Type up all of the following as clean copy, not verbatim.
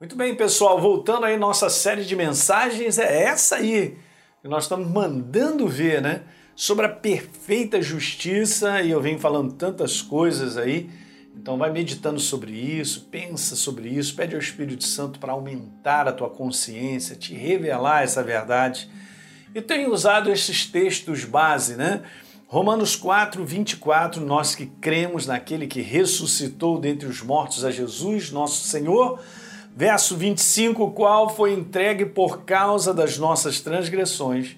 Muito bem, pessoal, voltando aí nossa série de mensagens, é essa aí que nós estamos mandando ver, né? Sobre a perfeita justiça, e eu venho falando tantas coisas aí, então vai meditando sobre isso, pensa sobre isso, pede ao Espírito Santo para aumentar a tua consciência, te revelar essa verdade. E tenho usado esses textos base, né? Romanos 4, 24, nós que cremos naquele que ressuscitou dentre os mortos a Jesus, nosso Senhor. Verso 25, o qual foi entregue por causa das nossas transgressões,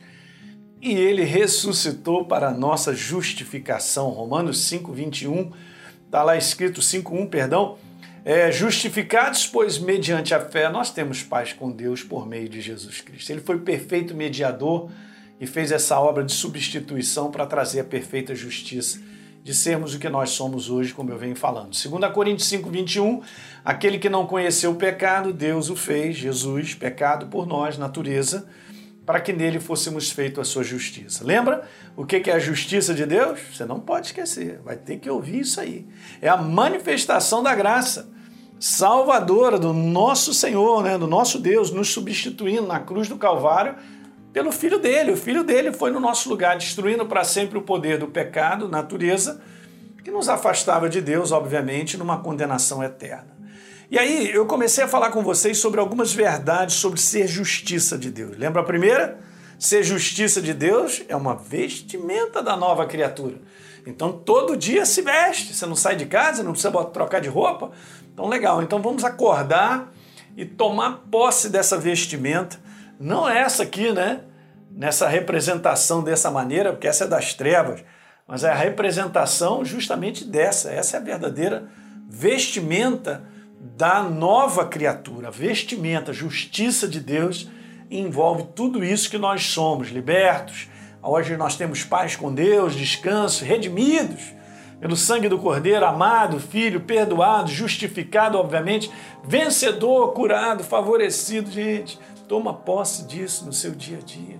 e ele ressuscitou para a nossa justificação. Romanos 5, 21, está lá escrito, 5:1, perdão. Justificados, pois mediante a fé nós temos paz com Deus por meio de Jesus Cristo. Ele foi o perfeito mediador e fez essa obra de substituição para trazer a perfeita justiça, de sermos o que nós somos hoje, como eu venho falando. 2 Coríntios 5, 21, aquele que não conheceu o pecado, Deus o fez, Jesus, pecado por nós, natureza, para que nele fôssemos feitos a sua justiça. Lembra o que é a justiça de Deus? Você não pode esquecer, vai ter que ouvir isso aí. É a manifestação da graça salvadora do nosso Senhor, né, do nosso Deus, nos substituindo na cruz do Calvário, pelo Filho dele. O Filho dele foi no nosso lugar, destruindo para sempre o poder do pecado, natureza, que nos afastava de Deus, obviamente, numa condenação eterna. E aí eu comecei a falar com vocês sobre algumas verdades sobre ser justiça de Deus. Lembra a primeira? Ser justiça de Deus é uma vestimenta da nova criatura. Então todo dia se veste, você não sai de casa, não precisa trocar de roupa. Então legal, então vamos acordar e tomar posse dessa vestimenta. Não é essa aqui, né? Nessa representação dessa maneira, porque essa é das trevas, mas é a representação justamente dessa. Essa é a verdadeira vestimenta da nova criatura. Vestimenta, justiça de Deus, envolve tudo isso que nós somos, libertos. Hoje nós temos paz com Deus, descanso, redimidos pelo sangue do Cordeiro, amado, filho, perdoado, justificado, obviamente, vencedor, curado, favorecido, gente. Toma posse disso no seu dia a dia.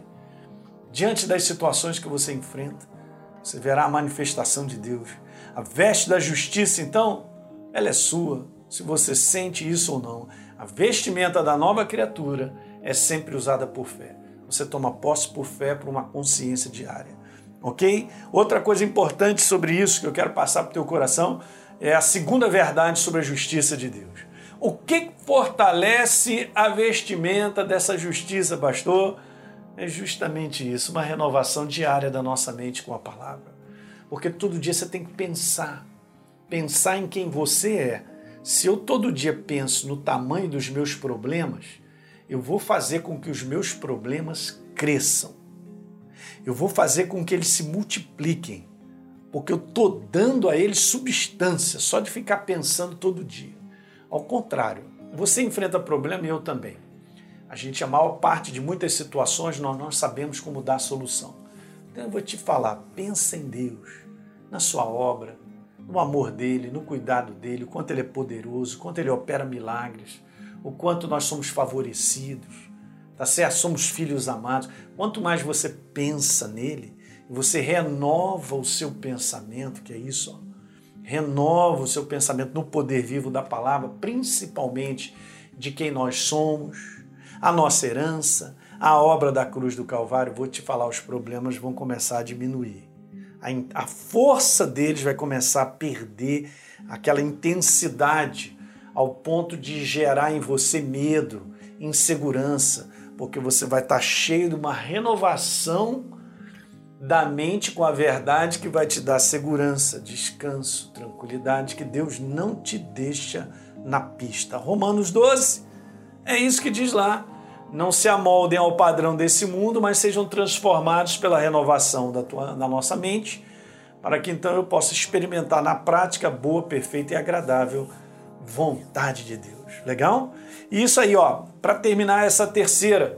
Diante das situações que você enfrenta, você verá a manifestação de Deus. A veste da justiça, então, ela é sua, se você sente isso ou não. A vestimenta da nova criatura é sempre usada por fé. Você toma posse por fé, por uma consciência diária. Ok? Outra coisa importante sobre isso que eu quero passar para o teu coração é a segunda verdade sobre a justiça de Deus. O que fortalece a vestimenta dessa justiça, pastor? É justamente isso, uma renovação diária da nossa mente com a palavra. Porque todo dia você tem que pensar em quem você é. Se eu todo dia penso no tamanho dos meus problemas, eu vou fazer com que os meus problemas cresçam. Eu vou fazer com que eles se multipliquem, porque eu estou dando a eles substância só de ficar pensando todo dia. Ao contrário, você enfrenta problema e eu também. A maior parte de muitas situações, nós não sabemos como dar a solução. Então eu vou te falar, pensa em Deus, na sua obra, no amor dele, no cuidado dele, o quanto ele é poderoso, o quanto ele opera milagres, o quanto nós somos favorecidos, tá certo? Somos filhos amados. Quanto mais você pensa nele, você renova o seu pensamento, que é isso, ó. Renova o seu pensamento no poder vivo da palavra, principalmente de quem nós somos, a nossa herança, a obra da cruz do Calvário. Vou te falar, os problemas vão começar a diminuir. A força deles vai começar a perder aquela intensidade ao ponto de gerar em você medo, insegurança, porque você vai estar cheio de uma renovação da mente com a verdade que vai te dar segurança, descanso, tranquilidade, que Deus não te deixa na pista. Romanos 12, é isso que diz lá. Não se amoldem ao padrão desse mundo, mas sejam transformados pela renovação da nossa mente, para que então eu possa experimentar na prática boa, perfeita e agradável vontade de Deus. Legal? E isso aí, ó, para terminar essa terceira,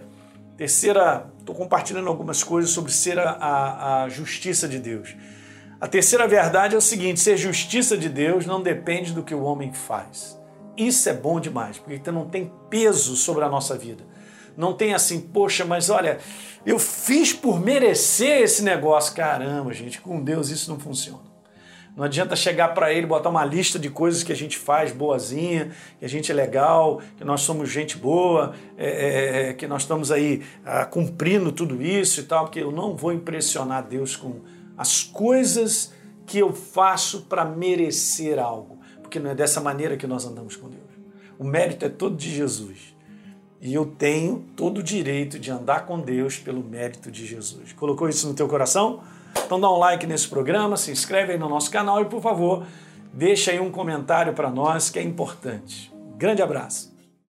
estou compartilhando algumas coisas sobre ser a justiça de Deus. A terceira verdade é o seguinte: ser justiça de Deus não depende do que o homem faz. Isso é bom demais, porque então não tem peso sobre a nossa vida. Não tem assim, poxa, mas olha, eu fiz por merecer esse negócio. Caramba, gente, com Deus isso não funciona. Não adianta chegar para ele, botar uma lista de coisas que a gente faz boazinha, que a gente é legal, que nós somos gente boa, que nós estamos aí cumprindo tudo isso e tal, porque eu não vou impressionar Deus com as coisas que eu faço para merecer algo, porque não é dessa maneira que nós andamos com Deus. O mérito é todo de Jesus. E eu tenho todo o direito de andar com Deus pelo mérito de Jesus. Colocou isso no teu coração? Então dá um like nesse programa, se inscreve aí no nosso canal e, por favor, deixa aí um comentário para nós que é importante. Grande abraço!